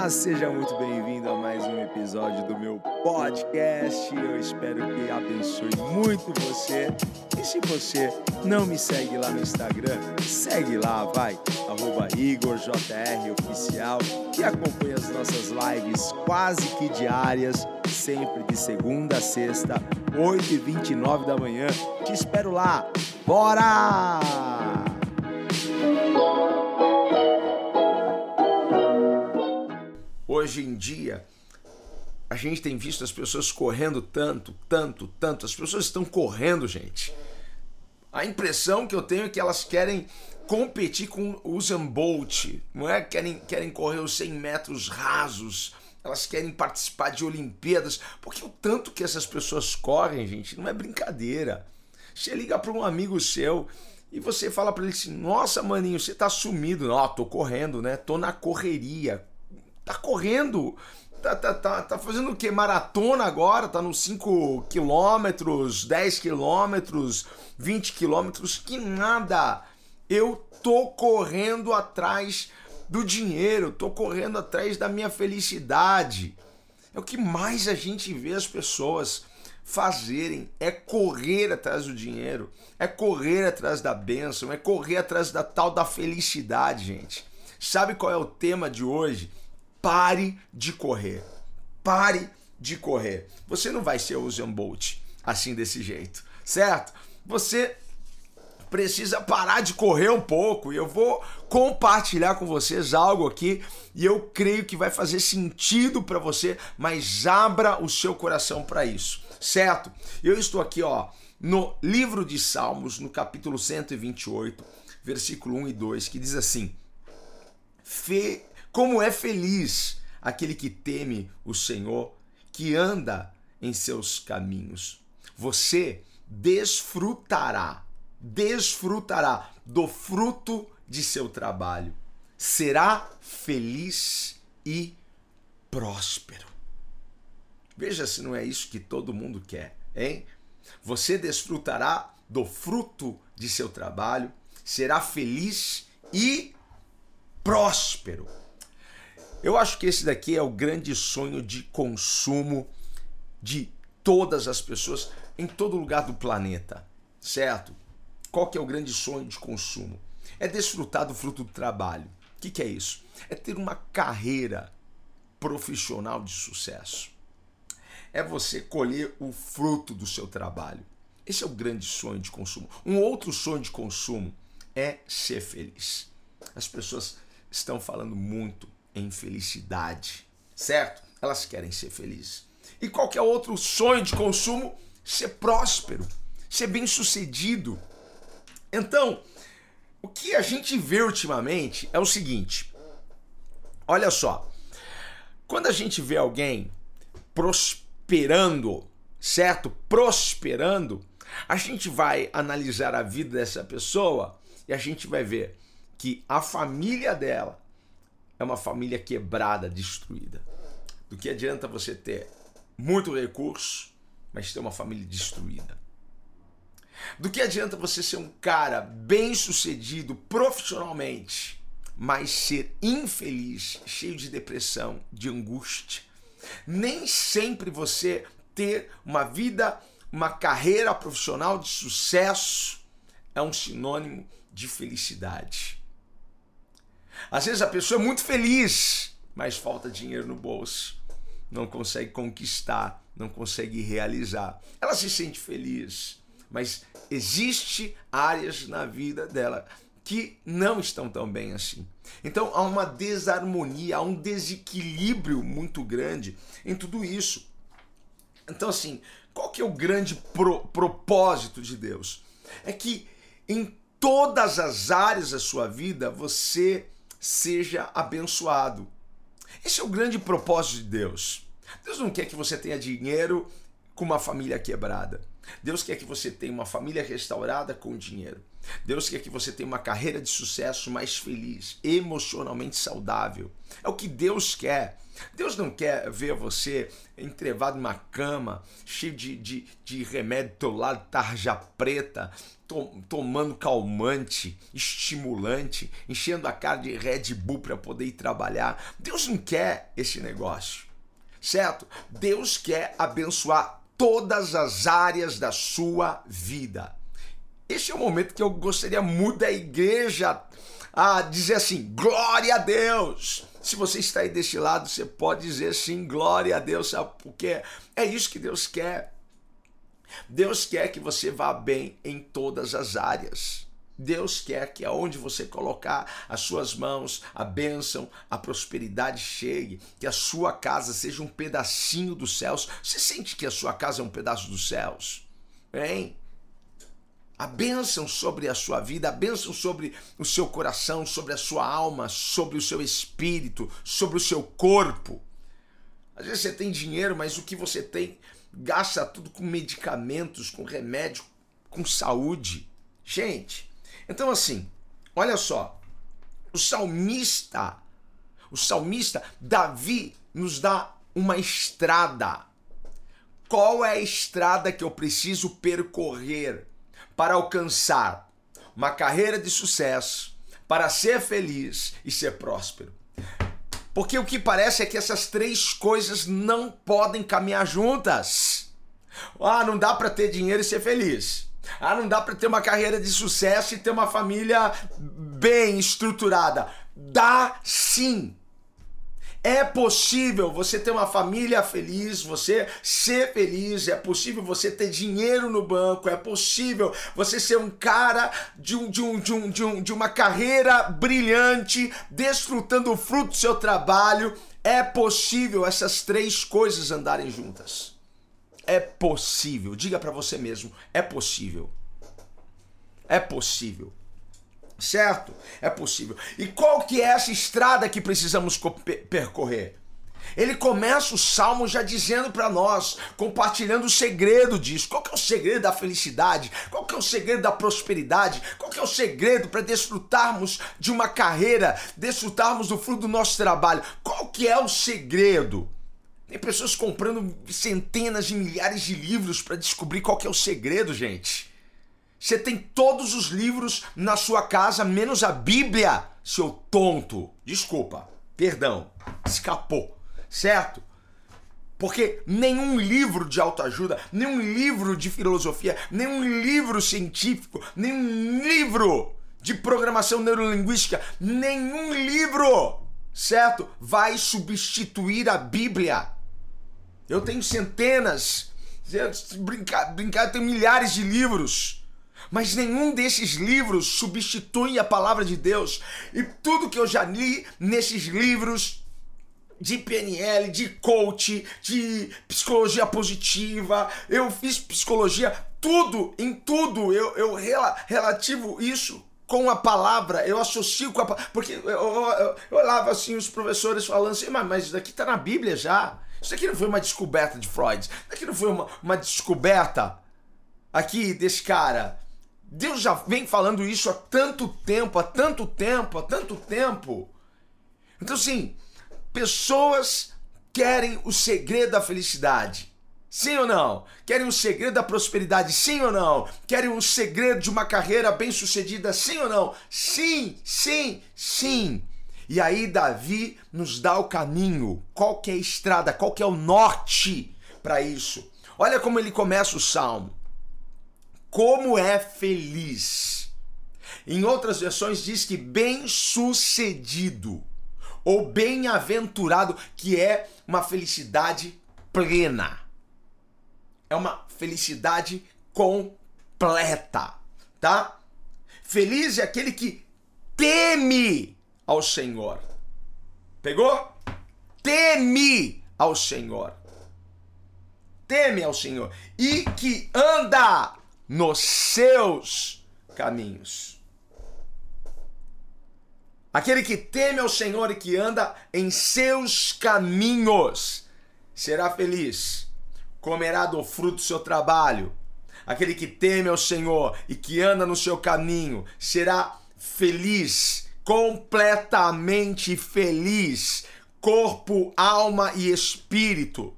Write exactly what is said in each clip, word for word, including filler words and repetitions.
Olá, seja muito bem-vindo a mais um episódio do meu podcast. Eu espero que abençoe muito você. E se você não me segue lá no Instagram, segue lá, vai, arroba IgorJR Oficial, e acompanha as nossas lives quase que diárias, sempre de segunda a sexta, oito e vinte e nove da manhã. Te espero lá. Bora! Hoje em dia, a gente tem visto as pessoas correndo tanto, tanto, tanto. As pessoas estão correndo, gente. A impressão que eu tenho é que elas querem competir com o Usain Bolt, não é? Querem, querem correr os cem metros rasos. Elas querem participar de Olimpíadas. Porque o tanto que essas pessoas correm, gente, não é brincadeira. Você liga para um amigo seu e você fala para ele assim: nossa, maninho, você tá sumido. Não, tô correndo, né? Tô na correria. Tá correndo, tá, tá, tá, tá fazendo o quê? Maratona agora, tá nos cinco quilômetros, dez quilômetros, vinte quilômetros, que nada. Eu tô correndo atrás do dinheiro, tô correndo atrás da minha felicidade. É o que mais a gente vê as pessoas fazerem, é correr atrás do dinheiro, é correr atrás da bênção, é correr atrás da tal da felicidade, gente. Sabe qual é o tema de hoje? Pare de correr. Pare de correr. Você não vai ser o Usain Bolt assim desse jeito, certo? Você precisa parar de correr um pouco e eu vou compartilhar com vocês algo aqui e eu creio que vai fazer sentido para você, mas abra o seu coração para isso, certo? Eu estou aqui, ó, no livro de Salmos, no capítulo cento e vinte e oito, versículo um e dois, que diz assim: Fe... Como é feliz aquele que teme o Senhor, que anda em seus caminhos. Você desfrutará, desfrutará do fruto de seu trabalho. Será feliz e próspero. Veja se não é isso que todo mundo quer, hein? Você desfrutará do fruto de seu trabalho, será feliz e próspero. Eu acho que esse daqui é o grande sonho de consumo de todas as pessoas em todo lugar do planeta, certo? Qual que é o grande sonho de consumo? É desfrutar do fruto do trabalho. O que que é isso? É ter uma carreira profissional de sucesso. É você colher o fruto do seu trabalho. Esse é o grande sonho de consumo. Um outro sonho de consumo é ser feliz. As pessoas estão falando muito em felicidade, certo? Elas querem ser felizes. E qual que é outro sonho de consumo? Ser próspero, ser bem-sucedido. Então, o que a gente vê ultimamente é o seguinte: olha só, quando a gente vê alguém prosperando, certo? Prosperando, a gente vai analisar a vida dessa pessoa e a gente vai ver que a família dela é uma família quebrada, destruída. Do que adianta você ter muito recurso, mas ter uma família destruída? Do que adianta você ser um cara bem-sucedido profissionalmente, mas ser infeliz, cheio de depressão, de angústia? Nem sempre você ter uma vida, uma carreira profissional de sucesso é um sinônimo de felicidade. Às vezes a pessoa é muito feliz, mas falta dinheiro no bolso. Não consegue conquistar, não consegue realizar. Ela se sente feliz, mas existe áreas na vida dela que não estão tão bem assim. Então há uma desarmonia, há um desequilíbrio muito grande em tudo isso. Então assim, qual que é o grande pro, propósito de Deus? É que em todas as áreas da sua vida você seja abençoado. Esse é o grande propósito de Deus. Deus não quer que você tenha dinheiro com uma família quebrada. Deus quer que você tenha uma família restaurada com dinheiro. Deus quer que você tenha uma carreira de sucesso mais feliz, emocionalmente saudável. É o que Deus quer. Deus não quer ver você entrevado numa cama, cheio de, de, de remédio do teu lado, tarja preta, to, tomando calmante, estimulante, enchendo a cara de Red Bull para poder ir trabalhar. Deus não quer esse negócio, certo? Deus quer abençoar todas as áreas da sua vida. Esse é o momento que eu gostaria muito da igreja a dizer assim, glória a Deus. Se você está aí deste lado, você pode dizer sim, glória a Deus, sabe por quê? É isso que Deus quer. Deus quer que você vá bem em todas as áreas. Deus quer que aonde você colocar as suas mãos, a bênção, a prosperidade chegue, que a sua casa seja um pedacinho dos céus. Você sente que a sua casa é um pedaço dos céus? Hein? A bênção sobre a sua vida, a bênção sobre o seu coração, sobre a sua alma, sobre o seu espírito, sobre o seu corpo. Às vezes você tem dinheiro, mas o que você tem gasta tudo com medicamentos, com remédio, com saúde. Gente, então assim, olha só, o salmista, o salmista Davi nos dá uma estrada. Qual é a estrada que eu preciso percorrer para alcançar uma carreira de sucesso, para ser feliz e ser próspero? Porque o que parece é que essas três coisas não podem caminhar juntas. Ah, não dá para ter dinheiro e ser feliz. Ah, não dá para ter uma carreira de sucesso e ter uma família bem estruturada. Dá sim. É possível você ter uma família feliz, você ser feliz, é possível você ter dinheiro no banco, é possível você ser um cara de, um, de, um, de, um, de, um, de uma carreira brilhante, desfrutando o fruto do seu trabalho. É possível essas três coisas andarem juntas. É possível, diga para você mesmo, é possível. É possível. Certo? É possível. E qual que é essa estrada que precisamos percorrer? Ele começa o Salmo já dizendo para nós, compartilhando o segredo disso. Qual que é o segredo da felicidade? Qual que é o segredo da prosperidade? Qual que é o segredo para desfrutarmos de uma carreira, desfrutarmos do fruto do nosso trabalho? Qual que é o segredo? Tem pessoas comprando centenas de milhares de livros para descobrir qual que é o segredo, gente. Você tem todos os livros na sua casa, menos a Bíblia, seu tonto. Desculpa, perdão, escapou, certo? Porque nenhum livro de autoajuda, nenhum livro de filosofia, nenhum livro científico, nenhum livro de programação neurolinguística, nenhum livro, certo? Vai substituir a Bíblia. Eu tenho centenas, brincar, brincar, eu tenho milhares de livros. Mas nenhum desses livros substitui a palavra de Deus. E tudo que eu já li nesses livros de P N L, de coach, de psicologia positiva, eu fiz psicologia, tudo, em tudo, eu, eu relativo isso com a palavra, eu associo com a palavra. Porque eu, eu, eu, eu olhava assim os professores falando assim, mas, mas isso daqui está na Bíblia já. Isso aqui não foi uma descoberta de Freud. Isso aqui não foi uma, uma descoberta aqui desse cara. Deus já vem falando isso há tanto tempo, há tanto tempo, há tanto tempo. Então, assim, pessoas querem o segredo da felicidade. Sim ou não? Querem o segredo da prosperidade? Sim ou não? Querem o segredo de uma carreira bem-sucedida? Sim ou não? Sim, sim, sim. E aí Davi nos dá o caminho. Qual que é a estrada? Qual que é o norte para isso? Olha como ele começa o Salmo. Como é feliz. Em outras versões diz que bem-sucedido ou bem-aventurado, que é uma felicidade plena. É uma felicidade completa, tá? Feliz é aquele que teme ao Senhor. Pegou? Teme ao Senhor. Teme ao Senhor e que anda nos seus caminhos. Aquele que teme ao Senhor e que anda em seus caminhos será feliz, comerá do fruto do seu trabalho. Aquele que teme ao Senhor e que anda no seu caminho será feliz, completamente feliz, corpo, alma e espírito.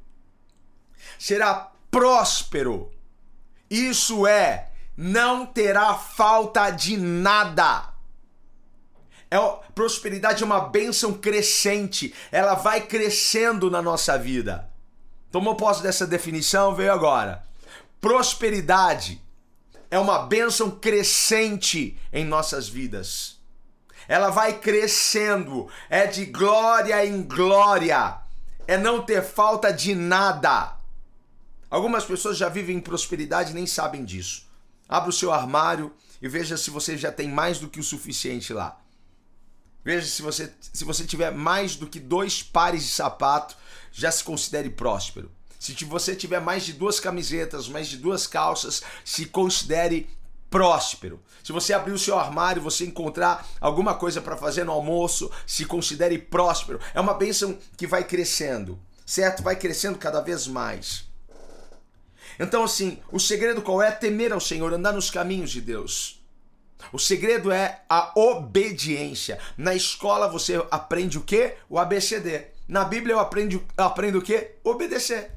Será próspero. Isso é, não terá falta de nada. É, prosperidade é uma bênção crescente. Ela vai crescendo na nossa vida. Tomou posse dessa definição? Veio agora. Prosperidade é uma bênção crescente em nossas vidas. Ela vai crescendo. É de glória em glória. É não ter falta de nada. Algumas pessoas já vivem em prosperidade e nem sabem disso. Abra o seu armário e veja se você já tem mais do que o suficiente lá. Veja se você, se você tiver mais do que dois pares de sapato, já se considere próspero. Se você tiver mais de duas camisetas, mais de duas calças, se considere próspero. Se você abrir o seu armário e você encontrar alguma coisa para fazer no almoço, se considere próspero. É uma bênção que vai crescendo, certo? Vai crescendo cada vez mais. Então, assim, o segredo qual é? Temer ao Senhor, andar nos caminhos de Deus. O segredo é a obediência. Na escola você aprende o quê? O A B C D. Na Bíblia eu aprendo, eu aprendo o quê? Obedecer.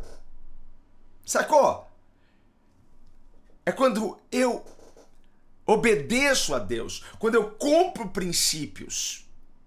Sacou? É quando eu obedeço a Deus, quando eu cumpro princípios,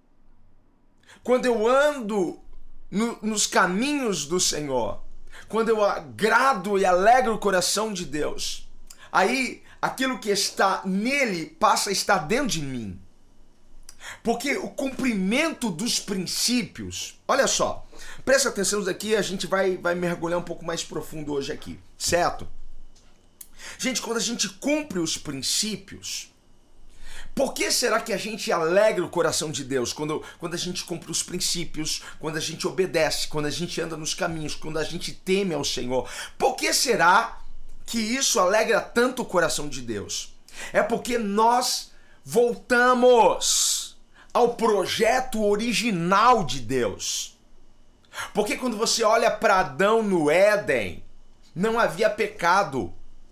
quando eu ando no, nos caminhos do Senhor, quando eu agrado e alegro o coração de Deus, aí aquilo que está nele passa a estar dentro de mim. Porque o cumprimento dos princípios, olha só, presta atenção aqui, a gente vai, vai mergulhar um pouco mais profundo hoje aqui, certo? Gente, quando a gente cumpre os princípios, por que será que a gente alegra o coração de Deus quando, quando a gente cumpre os princípios, quando a gente obedece, quando a gente anda nos caminhos, quando a gente teme ao Senhor? Por que será que isso alegra tanto o coração de Deus? É porque nós voltamos ao projeto original de Deus. Porque quando você olha para Adão no Éden, não havia pecado.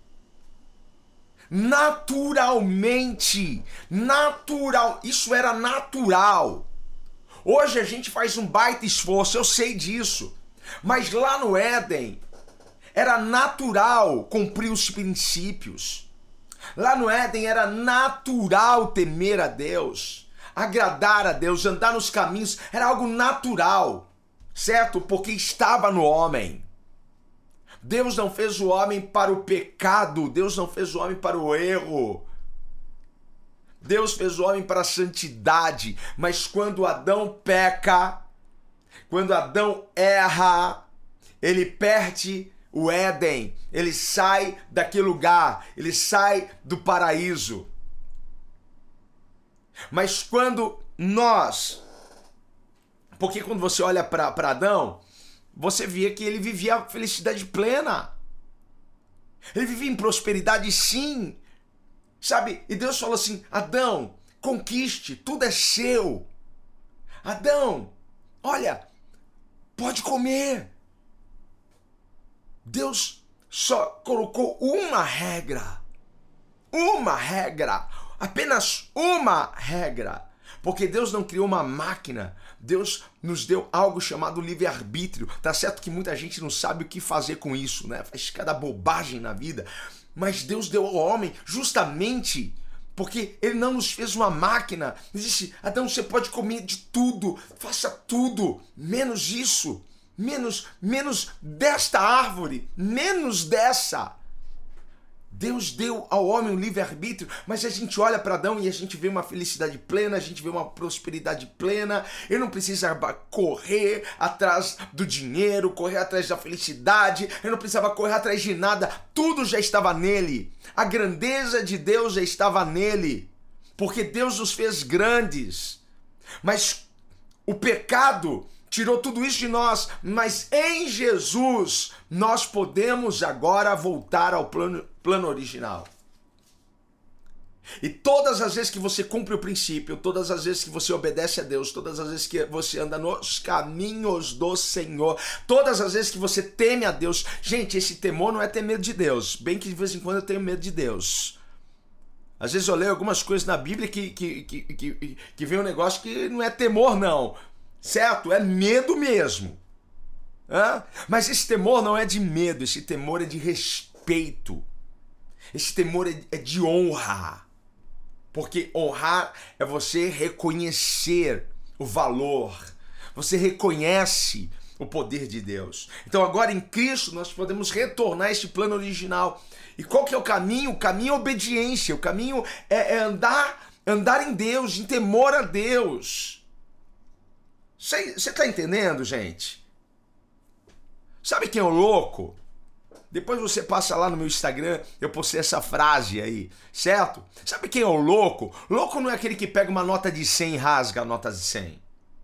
Naturalmente, natural, isso era natural. Hoje a gente faz um baita esforço, eu sei disso. Mas lá no Éden, era natural cumprir os princípios. Lá no Éden era natural temer a Deus, agradar a Deus, andar nos caminhos, era algo natural, certo? Porque estava no homem. Deus não fez o homem para o pecado, Deus não fez o homem para o erro. Deus fez o homem para a santidade, mas quando Adão peca, quando Adão erra, ele perde o Éden, ele sai daquele lugar, ele sai do paraíso. Mas quando nós, porque quando você olha para Adão, você via que ele vivia a felicidade plena. Ele vivia em prosperidade, sim. Sabe? E Deus falou assim, Adão, conquiste, tudo é seu. Adão, olha, pode comer. Deus só colocou uma regra. Uma regra. Apenas uma regra. Porque Deus não criou uma máquina. Deus nos deu algo chamado livre-arbítrio. Tá certo que muita gente não sabe o que fazer com isso, né? Faz cada bobagem na vida. Mas Deus deu ao homem justamente porque ele não nos fez uma máquina. Ele disse, Adão, você pode comer de tudo. Faça tudo. Menos isso. Menos, menos desta árvore. Menos dessa. Deus deu ao homem o livre-arbítrio, mas a gente olha para Adão e a gente vê uma felicidade plena, a gente vê uma prosperidade plena. Ele não precisava correr atrás do dinheiro, correr atrás da felicidade, ele não precisava correr atrás de nada, tudo já estava nele. A grandeza de Deus já estava nele, porque Deus nos fez grandes. Mas o pecado tirou tudo isso de nós, mas em Jesus nós podemos agora voltar ao plano, plano original. E todas as vezes que você cumpre o princípio, todas as vezes que você obedece a Deus, todas as vezes que você anda nos caminhos do Senhor, todas as vezes que você teme a Deus, gente, esse temor não é ter medo de Deus, bem que de vez em quando eu tenho medo de Deus. Às vezes eu leio algumas coisas na Bíblia que, que, que, que, que vem um negócio que não é temor não, certo? É medo mesmo. Hã? Mas esse temor não é de medo, esse temor é de respeito. Esse temor é de honra. Porque honrar é você reconhecer o valor. Você reconhece o poder de Deus. Então agora em Cristo nós podemos retornar a este plano original. E qual que é o caminho? O caminho é obediência. O caminho é, é andar, andar em Deus, em temor a Deus. Você está entendendo, gente? Sabe quem é o louco? Depois você passa lá no meu Instagram, eu postei essa frase aí, certo? Sabe quem é o louco? Louco não é aquele que pega uma nota de cem e rasga a nota de cem.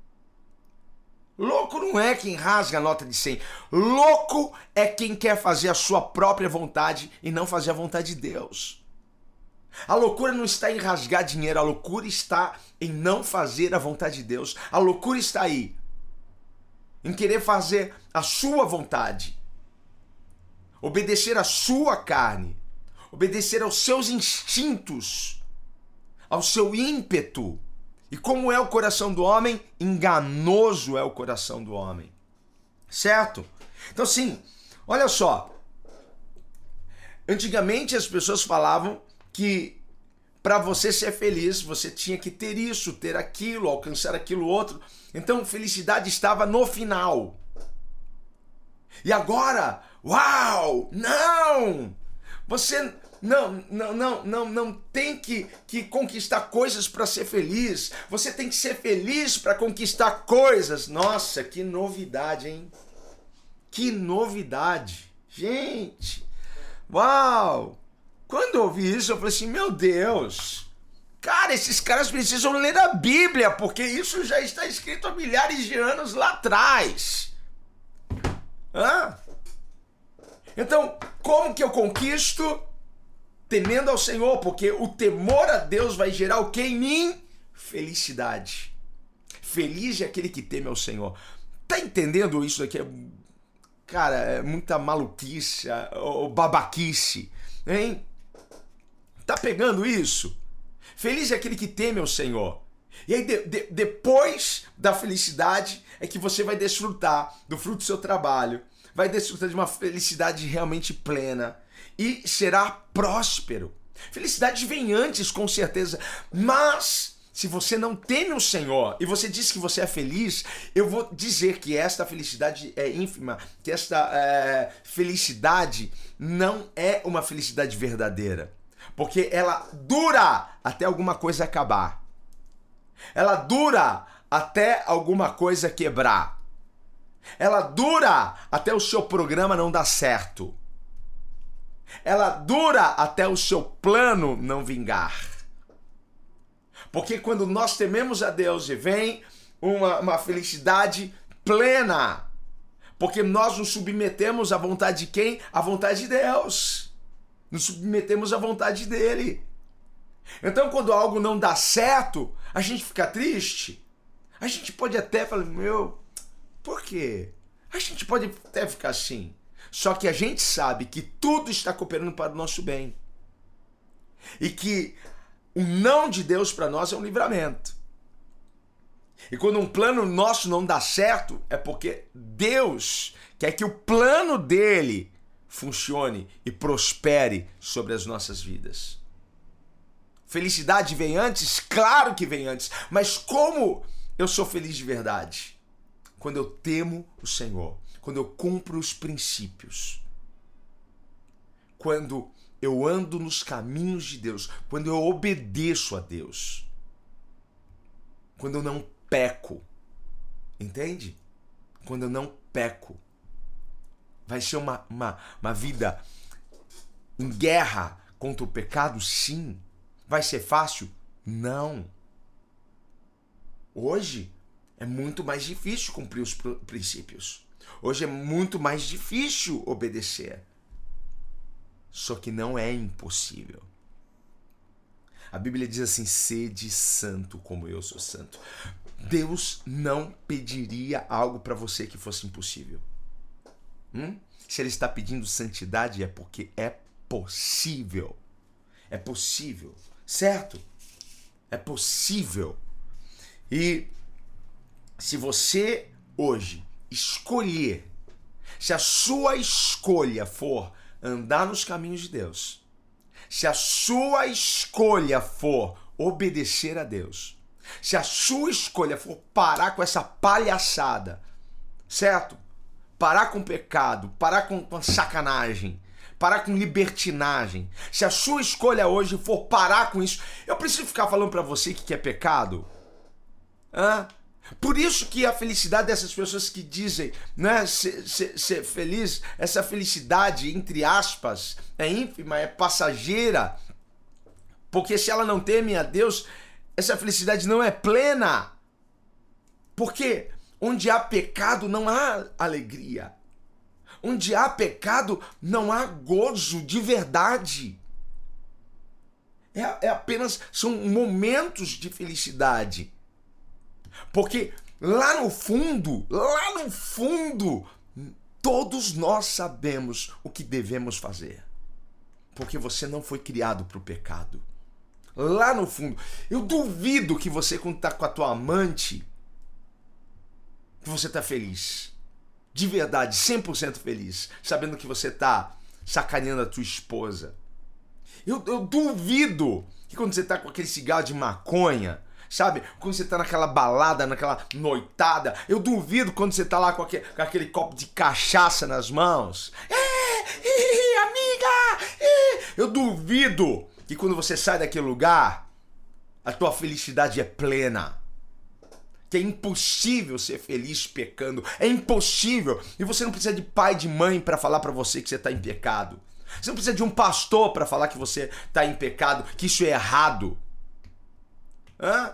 Louco não é quem rasga a nota de cem. Louco é quem quer fazer a sua própria vontade e não fazer a vontade de Deus. A loucura não está em rasgar dinheiro, a loucura está em não fazer a vontade de Deus. A loucura está aí, em querer fazer a sua vontade, obedecer à sua carne, obedecer aos seus instintos, ao seu ímpeto. E como é o coração do homem? Enganoso é o coração do homem. Certo? Então assim, olha só. Antigamente as pessoas falavam que para você ser feliz, você tinha que ter isso, ter aquilo, alcançar aquilo outro. Então felicidade estava no final. E agora, uau, não! Você não, não, não, não, não tem que, que conquistar coisas para ser feliz. Você tem que ser feliz para conquistar coisas. Nossa, que novidade, hein? Que novidade. Gente, uau! Quando eu ouvi isso, eu falei assim, meu Deus, cara, esses caras precisam ler a Bíblia, porque isso já está escrito há milhares de anos lá atrás. Hã? Então, como que eu conquisto? Temendo ao Senhor, porque o temor a Deus vai gerar o que em mim? Felicidade. Feliz é aquele que teme ao Senhor. Tá entendendo isso daqui? É, cara, é muita maluquice, ou babaquice, hein? Tá pegando isso? Feliz é aquele que teme ao Senhor. E aí, de, de, depois da felicidade, é que você vai desfrutar do fruto do seu trabalho, vai desfrutar de uma felicidade realmente plena e será próspero. Felicidade vem antes, com certeza, mas se você não teme o Senhor e você diz que você é feliz, eu vou dizer que esta felicidade é ínfima, que esta é, felicidade não é uma felicidade verdadeira, porque ela dura até alguma coisa acabar. Ela dura até alguma coisa quebrar. Ela dura até o seu programa não dar certo. Ela dura até o seu plano não vingar. Porque quando nós tememos a Deus e vem uma, uma felicidade plena, porque nós nos submetemos à vontade de quem? À vontade de Deus. Nos submetemos à vontade dele. Então quando algo não dá certo, a gente fica triste. A gente pode até falar, meu, por quê? A gente pode até ficar assim. Só que a gente sabe que tudo está cooperando para o nosso bem. E que o não de Deus para nós é um livramento. E quando um plano nosso não dá certo, é porque Deus quer que o plano dele funcione e prospere sobre as nossas vidas. Felicidade vem antes? Claro que vem antes. Mas como eu sou feliz de verdade? Quando eu temo o Senhor. Quando eu cumpro os princípios. Quando eu ando nos caminhos de Deus. Quando eu obedeço a Deus. Quando eu não peco. Entende? Quando eu não peco. Vai ser uma, uma, uma vida em guerra contra o pecado? Sim. Vai ser fácil? Não. Hoje é muito mais difícil cumprir os princípios. Hoje é muito mais difícil obedecer. Só que não é impossível. A Bíblia diz assim, sede santo como eu sou santo. Deus não pediria algo para você que fosse impossível. Hum? Se ele está pedindo santidade é porque é possível. É possível, certo? É possível. E se você hoje escolher, se a sua escolha for andar nos caminhos de Deus, se a sua escolha for obedecer a Deus, se a sua escolha for parar com essa palhaçada, certo? Parar com o pecado, parar com, com a sacanagem, parar com libertinagem. Se a sua escolha hoje for parar com isso, eu preciso ficar falando pra você que é pecado? Hã? Por isso que a felicidade dessas pessoas que dizem, né, ser, ser, ser feliz, essa felicidade, entre aspas, é ínfima, é passageira. Porque se ela não teme a Deus, essa felicidade não é plena. Porque onde há pecado não há alegria. Onde há pecado não há gozo de verdade. É, é apenas, são momentos de felicidade. Porque lá no fundo, lá no fundo, todos nós sabemos o que devemos fazer. Porque você não foi criado para o pecado. Lá no fundo. Eu duvido que você, quando está com a tua amante, que você está feliz. De verdade, cem por cento feliz. Sabendo que você está sacaneando a tua esposa. Eu, eu duvido que quando você está com aquele cigarro de maconha, sabe? Quando você tá naquela balada, naquela noitada, eu duvido quando você tá lá com aquele, com aquele copo de cachaça nas mãos. É, é, amiga! É. Eu duvido que quando você sai daquele lugar, a tua felicidade é plena. Que é impossível ser feliz pecando. É impossível. E você não precisa de pai e de mãe para falar para você que você tá em pecado. Você não precisa de um pastor para falar que você tá em pecado, que isso é errado. Hã?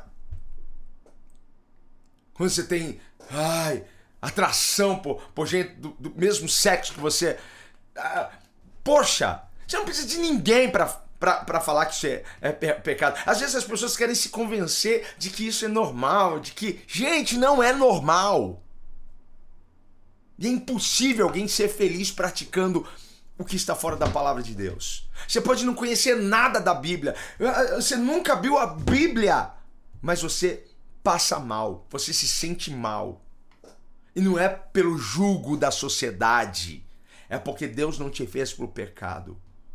Quando você tem, ai, atração por, por gente do, do mesmo sexo que você. Ah, poxa, você não precisa de ninguém para para falar que isso é, é pecado. Às vezes as pessoas querem se convencer de que isso é normal, de que, gente, não é normal. E é impossível alguém ser feliz praticando o que está fora da palavra de Deus. Você pode não conhecer nada da Bíblia, você nunca viu a Bíblia, mas você passa mal, você se sente mal. E não é pelo jugo da sociedade, é porque Deus não te fez para o pecado.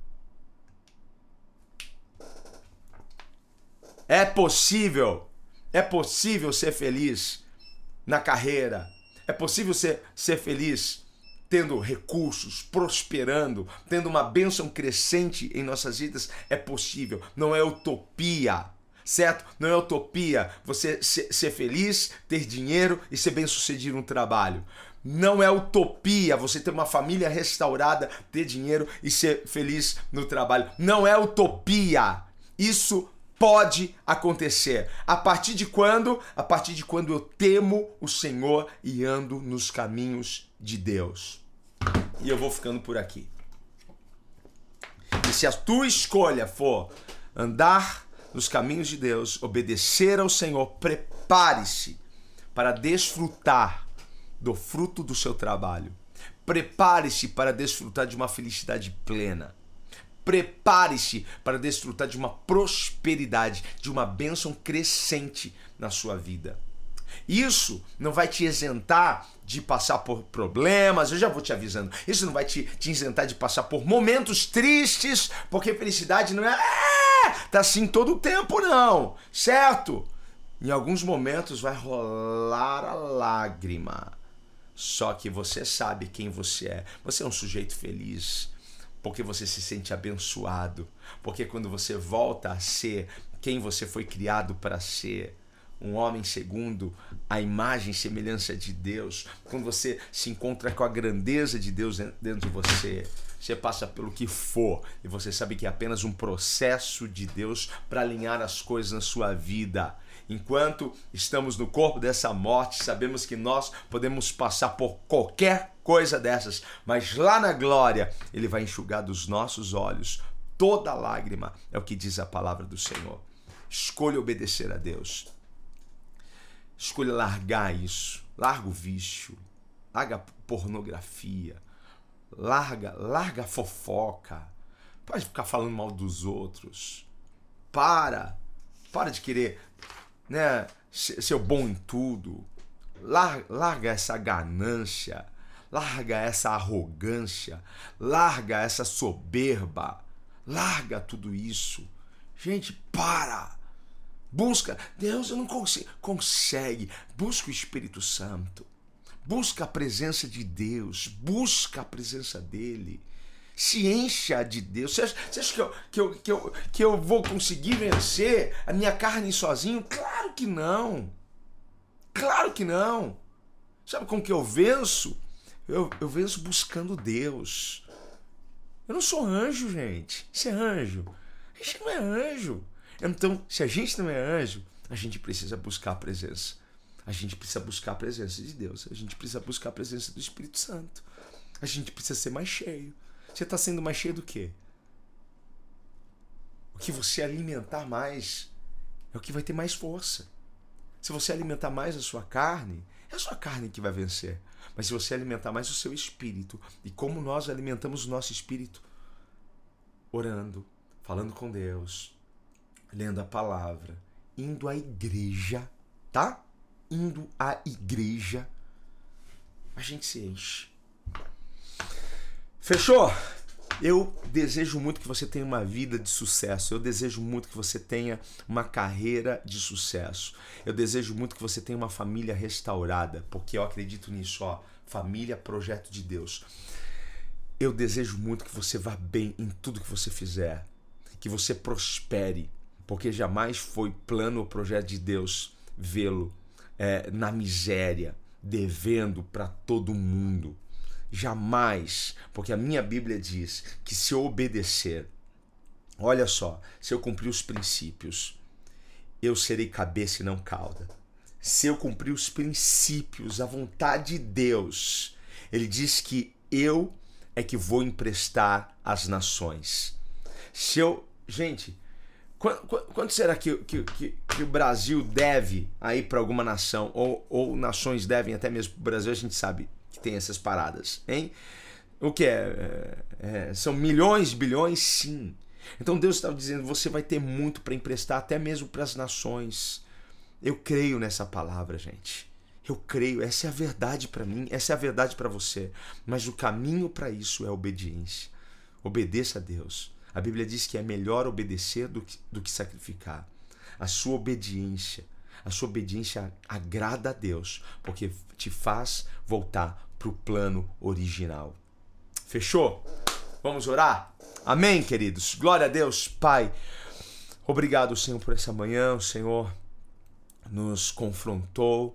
É possível, é possível ser feliz na carreira, é possível ser, ser feliz tendo recursos, prosperando, tendo uma bênção crescente em nossas vidas. É possível, não é utopia. Certo? Não é utopia você ser, ser feliz, ter dinheiro e ser bem-sucedido no trabalho. Não é utopia você ter uma família restaurada, ter dinheiro e ser feliz no trabalho. Não é utopia. Isso pode acontecer. A partir de quando? A partir de quando eu temo o Senhor e ando nos caminhos de Deus. E eu vou ficando por aqui. E se a tua escolha for andar nos caminhos de Deus, obedecer ao Senhor, prepare-se para desfrutar do fruto do seu trabalho. Prepare-se para desfrutar de uma felicidade plena. Prepare-se para desfrutar de uma prosperidade, de uma bênção crescente na sua vida. Isso não vai te isentar de passar por problemas, eu já vou te avisando. Isso não vai te, te isentar de passar por momentos tristes, porque felicidade não é... é tá assim todo o tempo, não. Certo? Em alguns momentos vai rolar a lágrima. Só que você sabe quem você é. Você é um sujeito feliz, porque você se sente abençoado. Porque quando você volta a ser quem você foi criado para ser, um homem segundo a imagem e semelhança de Deus, quando você se encontra com a grandeza de Deus dentro de você, você passa pelo que for e você sabe que é apenas um processo de Deus para alinhar as coisas na sua vida. Enquanto estamos no corpo dessa morte, sabemos que nós podemos passar por qualquer coisa dessas, mas lá na glória Ele vai enxugar dos nossos olhos toda lágrima, é o que diz a palavra do Senhor. Escolha obedecer a Deus. Escolha largar isso, larga o vício, larga a pornografia, larga, larga a fofoca, pode ficar falando mal dos outros, para, para de querer, né, ser, ser bom em tudo, Larga, larga essa ganância, larga essa arrogância, larga essa soberba, larga tudo isso. Gente, para! Busca, Deus eu não consigo, consegue, busca o Espírito Santo, busca a presença de Deus, busca a presença dEle, se encha de Deus. Você acha, você acha que, eu, que, eu, que, eu, que eu vou conseguir vencer a minha carne sozinho? Claro que não, claro que não. Sabe como que eu venço? Eu, eu venço buscando Deus. Eu não sou anjo, gente. Você é anjo? A gente não é anjo. Então, se a gente não é anjo, a gente precisa buscar a presença. A gente precisa buscar a presença de Deus. A gente precisa buscar a presença do Espírito Santo. A gente precisa ser mais cheio. Você está sendo mais cheio do quê? O que você alimentar mais é o que vai ter mais força. Se você alimentar mais a sua carne, é a sua carne que vai vencer. Mas se você alimentar mais o seu espírito, e como nós alimentamos o nosso espírito? Orando, falando com Deus, lendo a palavra, indo à igreja, tá? Indo à igreja, a gente se enche. Fechou? Eu desejo muito que você tenha uma vida de sucesso. Eu desejo muito que você tenha uma carreira de sucesso. Eu desejo muito que você tenha uma família restaurada, porque eu acredito nisso, ó. Família, projeto de Deus. Eu desejo muito que você vá bem em tudo que você fizer, que você prospere, porque jamais foi plano ou projeto de Deus vê-lo é, na miséria, devendo para todo mundo. Jamais, porque a minha Bíblia diz que se eu obedecer, olha só, se eu cumprir os princípios, eu serei cabeça e não cauda. Se eu cumprir os princípios, a vontade de Deus, ele diz que eu é que vou emprestar às nações. Se eu, gente, quanto, quanto será que, que, que, que o Brasil deve aí para alguma nação, ou, ou nações devem até mesmo para o Brasil? A gente sabe que tem essas paradas, hein? O que é? é, é são milhões, bilhões, sim. Então Deus estava dizendo, você vai ter muito para emprestar até mesmo para as nações. Eu creio nessa palavra, gente. Eu creio, essa é a verdade para mim, essa é a verdade para você. Mas o caminho para isso é a obediência. Obedeça a Deus. A Bíblia diz que é melhor obedecer do que, do que sacrificar. A sua obediência, a sua obediência agrada a Deus, porque te faz voltar para o plano original. Fechou? Vamos orar? Amém, queridos? Glória a Deus, Pai. Obrigado, Senhor, por essa manhã. O Senhor nos confrontou,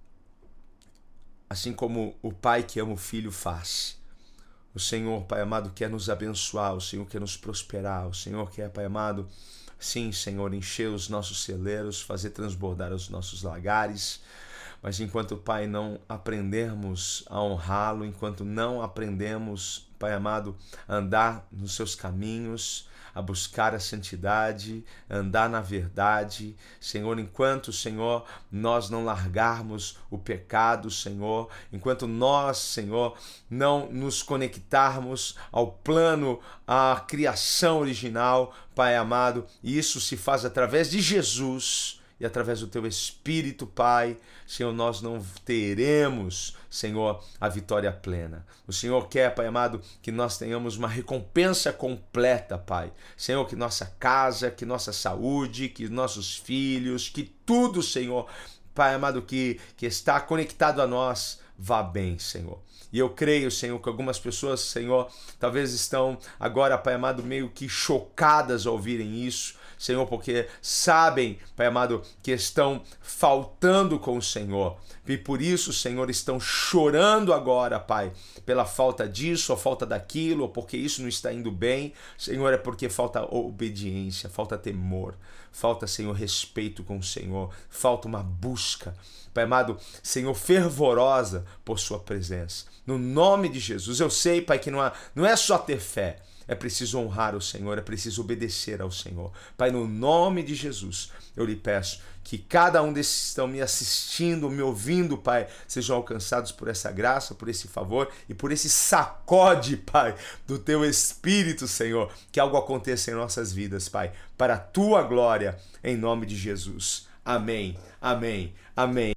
assim como o pai que ama o filho faz. O Senhor, Pai amado, quer nos abençoar, o Senhor quer nos prosperar, o Senhor quer, Pai amado, sim, Senhor, encher os nossos celeiros, fazer transbordar os nossos lagares. Mas enquanto, Pai, não aprendermos a honrá-lo, enquanto não aprendemos, Pai amado, a andar nos seus caminhos, a buscar a santidade, andar na verdade, Senhor, enquanto, Senhor, nós não largarmos o pecado, Senhor, enquanto nós, Senhor, não nos conectarmos ao plano, à criação original, Pai amado, e isso se faz através de Jesus e através do Teu Espírito, Pai, Senhor, nós não teremos, Senhor, a vitória plena. O Senhor quer, Pai amado, que nós tenhamos uma recompensa completa, Pai. Senhor, que nossa casa, que nossa saúde, que nossos filhos, que tudo, Senhor, Pai amado, que, que está conectado a nós, vá bem, Senhor. E eu creio, Senhor, que algumas pessoas, Senhor, talvez estão agora, Pai amado, meio que chocadas ao ouvirem isso, Senhor, porque sabem, Pai amado, que estão faltando com o Senhor. E por isso, Senhor, estão chorando agora, Pai, pela falta disso, ou falta daquilo, ou porque isso não está indo bem. Senhor, é porque falta obediência, falta temor, falta, Senhor, respeito com o Senhor, falta uma busca, Pai amado, Senhor, fervorosa por sua presença. No nome de Jesus, eu sei, Pai, que não é, não é só ter fé, é preciso honrar o Senhor, é preciso obedecer ao Senhor. Pai, no nome de Jesus, eu lhe peço que cada um desses que estão me assistindo, me ouvindo, Pai, sejam alcançados por essa graça, por esse favor e por esse sacode, Pai, do Teu Espírito, Senhor, que algo aconteça em nossas vidas, Pai, para a Tua glória, em nome de Jesus. Amém, amém, amém.